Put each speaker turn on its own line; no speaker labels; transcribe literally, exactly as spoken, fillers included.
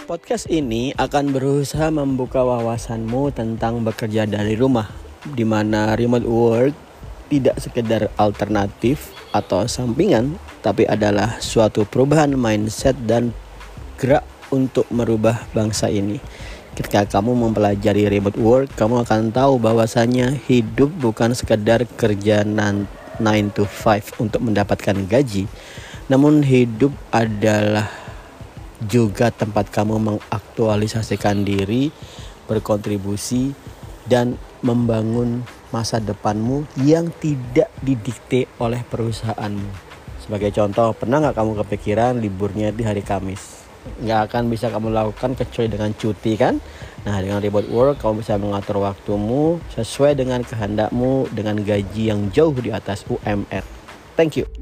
Podcast ini akan berusaha membuka wawasanmu tentang bekerja dari rumah, di mana remote work tidak sekedar alternatif atau sampingan, tapi adalah suatu perubahan mindset dan gerak untuk merubah bangsa ini. Ketika kamu mempelajari remote work, kamu akan tahu bahwasanya hidup bukan sekedar kerja nine to five untuk mendapatkan gaji, namun hidup adalah juga tempat kamu mengaktualisasikan diri, berkontribusi, dan membangun masa depanmu yang tidak didikte oleh perusahaanmu. Sebagai contoh, pernah gak kamu kepikiran liburnya di hari Kamis? Gak akan bisa kamu lakukan kecuali dengan cuti kan? Nah, dengan remote work, kamu bisa mengatur waktumu sesuai dengan kehendakmu dengan gaji yang jauh di atas U M R. Thank you.